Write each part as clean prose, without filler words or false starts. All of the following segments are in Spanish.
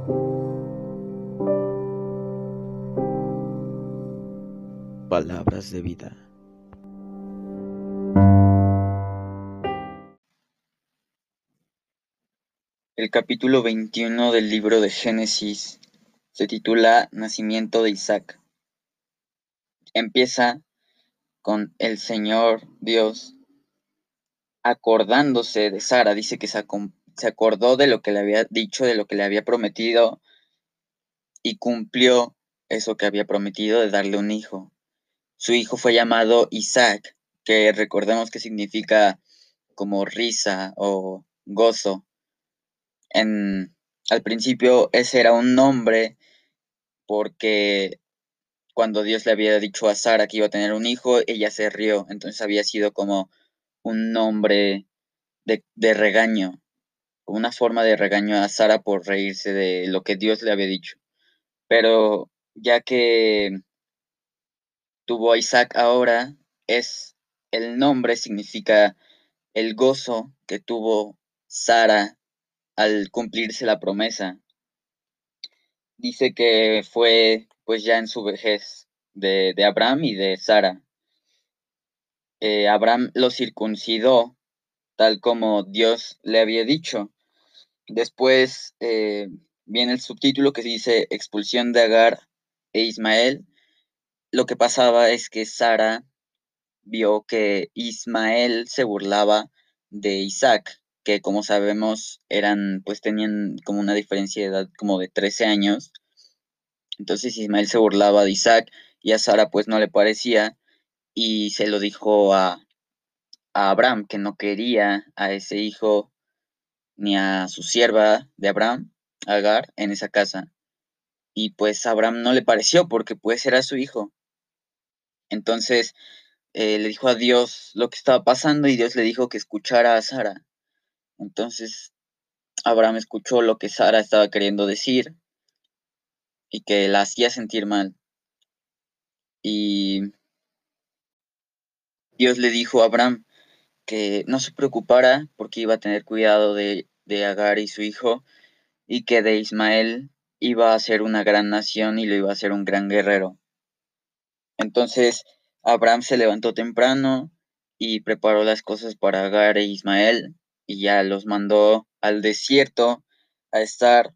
Palabras de vida. El capítulo 21 del libro de Génesis se titula Nacimiento de Isaac. Empieza con el Señor Dios acordándose de Sara. Dice que se acordó de lo que le había dicho, de lo que le había prometido, y cumplió eso que había prometido de darle un hijo. Su hijo fue llamado Isaac, que recordemos que significa como risa o gozo. Al principio ese era un nombre porque cuando Dios le había dicho a Sara que iba a tener un hijo, ella se rió. Entonces había sido como un nombre de regaño, una forma de regaño a Sara por reírse de lo que Dios le había dicho. Pero ya que tuvo a Isaac ahora, el nombre significa el gozo que tuvo Sara al cumplirse la promesa. Dice que fue pues ya en su vejez de Abraham y de Sara. Abraham lo circuncidó tal como Dios le había dicho. Después viene el subtítulo que dice expulsión de Agar e Ismael. Lo que pasaba es que Sara vio que Ismael se burlaba de Isaac, que como sabemos tenían como una diferencia de edad como de 13 años. Entonces Ismael se burlaba de Isaac y a Sara pues no le parecía y se lo dijo a Abraham que no quería a ese hijo ni a su sierva de Abraham, Agar, en esa casa. Y pues a Abraham no le pareció porque pues era su hijo. Entonces le dijo a Dios lo que estaba pasando y Dios le dijo que escuchara a Sara. Entonces Abraham escuchó lo que Sara estaba queriendo decir y que la hacía sentir mal. Y Dios le dijo a Abraham que no se preocupara porque iba a tener cuidado de Agar y su hijo y que de Ismael iba a ser una gran nación y lo iba a ser un gran guerrero. Entonces Abraham se levantó temprano y preparó las cosas para Agar e Ismael y ya los mandó al desierto a estar.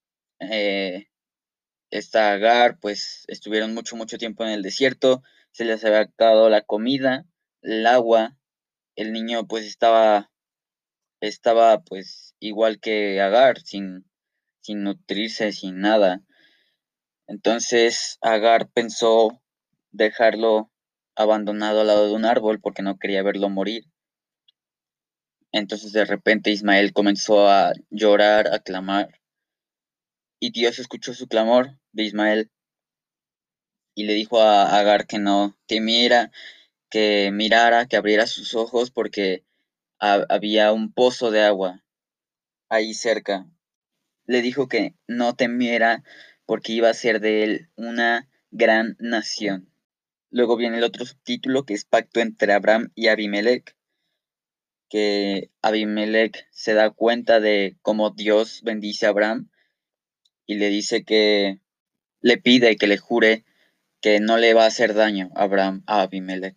Esta Agar, pues estuvieron mucho tiempo en el desierto, se les había acabado la comida, el agua, el niño pues estaba pues igual que Agar, sin nutrirse, sin nada. Entonces Agar pensó dejarlo abandonado al lado de un árbol porque no quería verlo morir. Entonces de repente Ismael comenzó a llorar, a clamar, y Dios escuchó su clamor de Ismael y le dijo a Agar que no temiera, que mirara, que abriera sus ojos porque había un pozo de agua ahí cerca. Le dijo que no temiera porque iba a ser de él una gran nación. Luego viene el otro subtítulo que es Pacto entre Abraham y Abimelech, que Abimelech se da cuenta de cómo Dios bendice a Abraham y le dice que le pide que le jure que no le va a hacer daño a Abraham a Abimelech,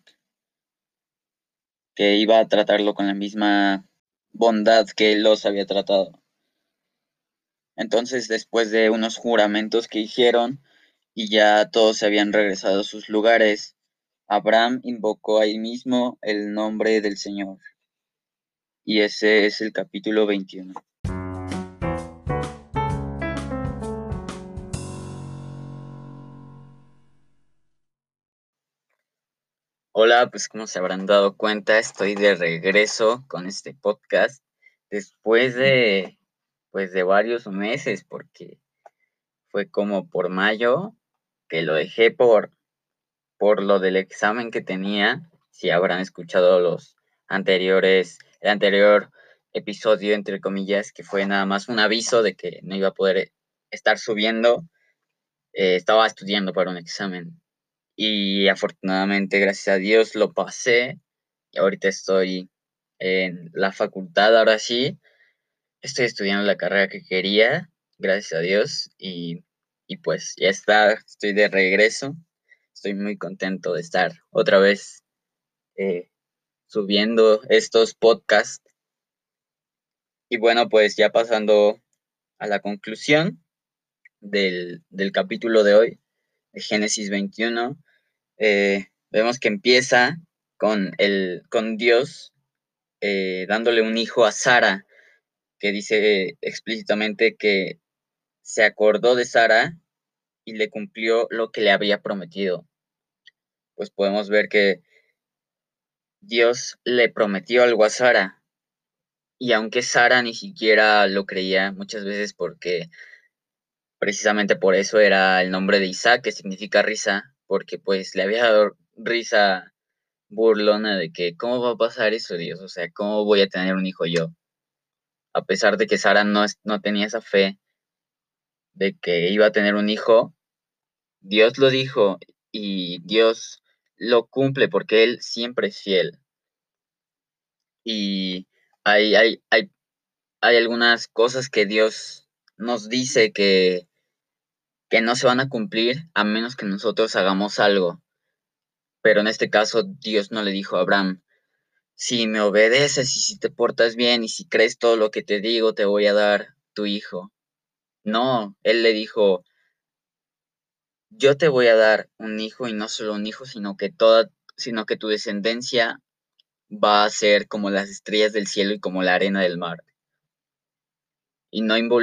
que iba a tratarlo con la misma bondad que él los había tratado. Entonces, después de unos juramentos que hicieron y ya todos se habían regresado a sus lugares, Abraham invocó ahí mismo el nombre del Señor. Y ese es el capítulo 21. Hola, pues como se habrán dado cuenta, estoy de regreso con este podcast después de varios meses, porque fue como por mayo que lo dejé por lo del examen que tenía. Si habrán escuchado el anterior episodio, entre comillas, que fue nada más un aviso de que no iba a poder estar subiendo. Estaba estudiando para un examen y afortunadamente, gracias a Dios, lo pasé y ahorita estoy en la facultad, ahora sí, estoy estudiando la carrera que quería gracias a Dios, y pues ya está, estoy de regreso. Estoy muy contento de estar otra vez eh, subiendo estos podcasts. Y bueno, pues ya pasando a la conclusión del capítulo de hoy, de Génesis 21, vemos que empieza con Dios dándole un hijo a Sara, que dice explícitamente que se acordó de Sara y le cumplió lo que le había prometido. Pues podemos ver que Dios le prometió algo a Sara, y aunque Sara ni siquiera lo creía, muchas veces porque precisamente por eso era el nombre de Isaac, que significa risa, porque pues le había dado risa burlona de que, ¿cómo va a pasar eso, Dios? O sea, ¿cómo voy a tener un hijo yo? A pesar de que Sara no tenía esa fe de que iba a tener un hijo, Dios lo dijo y Dios lo cumple porque Él siempre es fiel. Y hay, hay, hay, hay algunas cosas que Dios nos dice que no se van a cumplir a menos que nosotros hagamos algo. Pero en este caso, Dios no le dijo a Abraham, si me obedeces y si te portas bien y si crees todo lo que te digo, te voy a dar tu hijo. No, él le dijo, yo te voy a dar un hijo y no solo un hijo, sino que tu descendencia va a ser como las estrellas del cielo y como la arena del mar. Y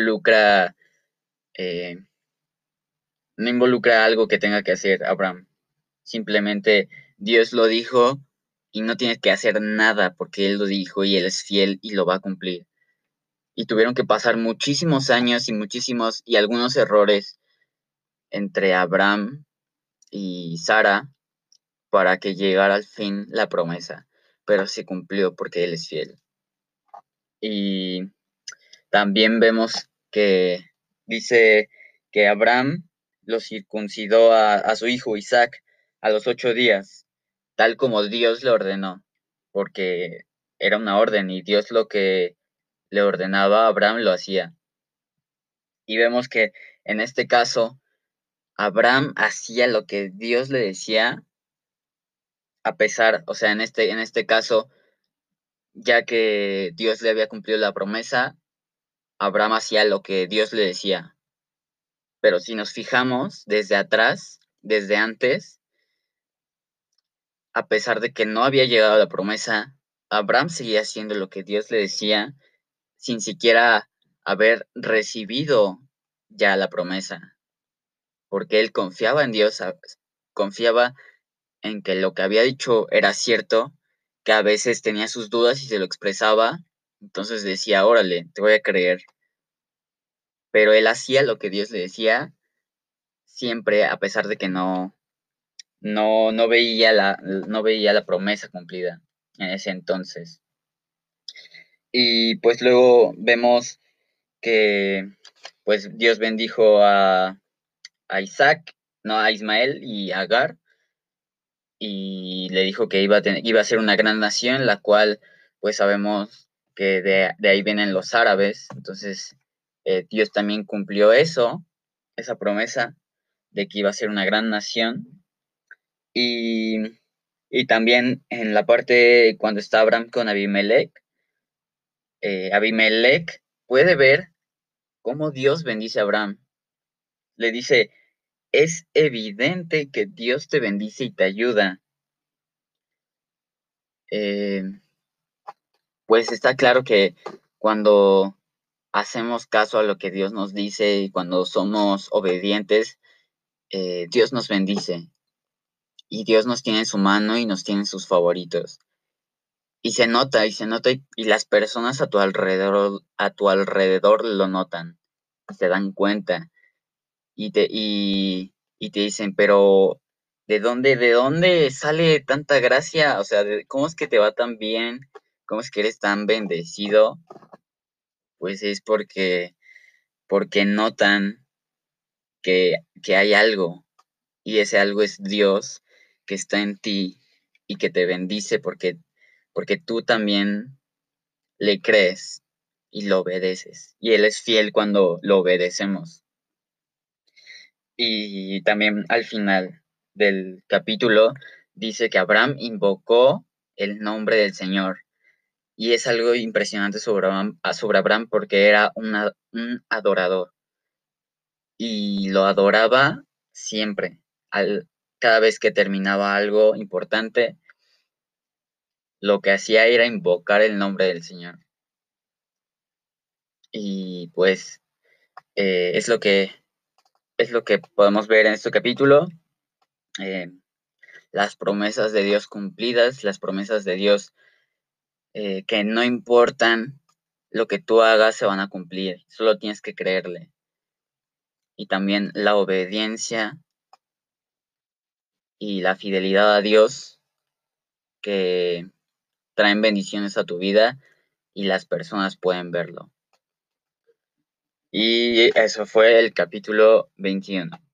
eh, no involucra algo que tenga que hacer Abraham. Simplemente Dios lo dijo y no tienes que hacer nada porque Él lo dijo y Él es fiel y lo va a cumplir. Y tuvieron que pasar muchísimos años y algunos errores entre Abraham y Sara para que llegara al fin la promesa, pero se cumplió porque Él es fiel. Y también vemos que dice que Abraham lo circuncidó a su hijo Isaac a los 8 días, tal como Dios le ordenó, porque era una orden y Dios lo que le ordenaba a Abraham lo hacía. Y vemos que en este caso, Abraham hacía lo que Dios le decía, a pesar, o sea, en este caso, ya que Dios le había cumplido la promesa, Abraham hacía lo que Dios le decía. Pero si nos fijamos desde atrás, desde antes, a pesar de que no había llegado la promesa, Abraham seguía haciendo lo que Dios le decía sin siquiera haber recibido ya la promesa, porque él confiaba en Dios, confiaba en que lo que había dicho era cierto, que a veces tenía sus dudas y se lo expresaba, entonces decía, órale, te voy a creer, pero él hacía lo que Dios le decía siempre, a pesar de que no veía la promesa cumplida en ese entonces. Y pues luego vemos que pues Dios bendijo a Isaac, no, a Ismael y a Agar, y le dijo que iba a ser una gran nación, la cual pues sabemos que de ahí vienen los árabes. Entonces Dios también cumplió esa promesa de que iba a ser una gran nación. Y, y también en la parte cuando está Abraham con Abimelech, Abimelech puede ver cómo Dios bendice a Abraham. Le dice, es evidente que Dios te bendice y te ayuda. Eh, pues está claro que cuando hacemos caso a lo que Dios nos dice y cuando somos obedientes, Dios nos bendice y Dios nos tiene en su mano y nos tiene en sus favoritos. Y se nota, y las personas a tu alrededor lo notan, se dan cuenta y te dicen, pero ¿de dónde sale tanta gracia? O sea, ¿cómo es que te va tan bien? ¿Cómo es que eres tan bendecido? Pues es porque notan que hay algo, y ese algo es Dios que está en ti y que te bendice porque tú también le crees. y lo obedeces. Y Él es fiel cuando lo obedecemos. Y también al final del capítulo dice que Abraham invocó el nombre del Señor. Y es algo impresionante sobre Abraham porque era un adorador. Y lo adoraba siempre. Cada vez que terminaba algo importante, lo que hacía era invocar el nombre del Señor. Y pues es lo que podemos ver en este capítulo. eh, las promesas de Dios cumplidas, las promesas de Dios que no importan lo que tú hagas, se van a cumplir. Solo tienes que creerle. Y también la obediencia y la fidelidad a Dios que traen bendiciones a tu vida y las personas pueden verlo. Y eso fue el capítulo 21.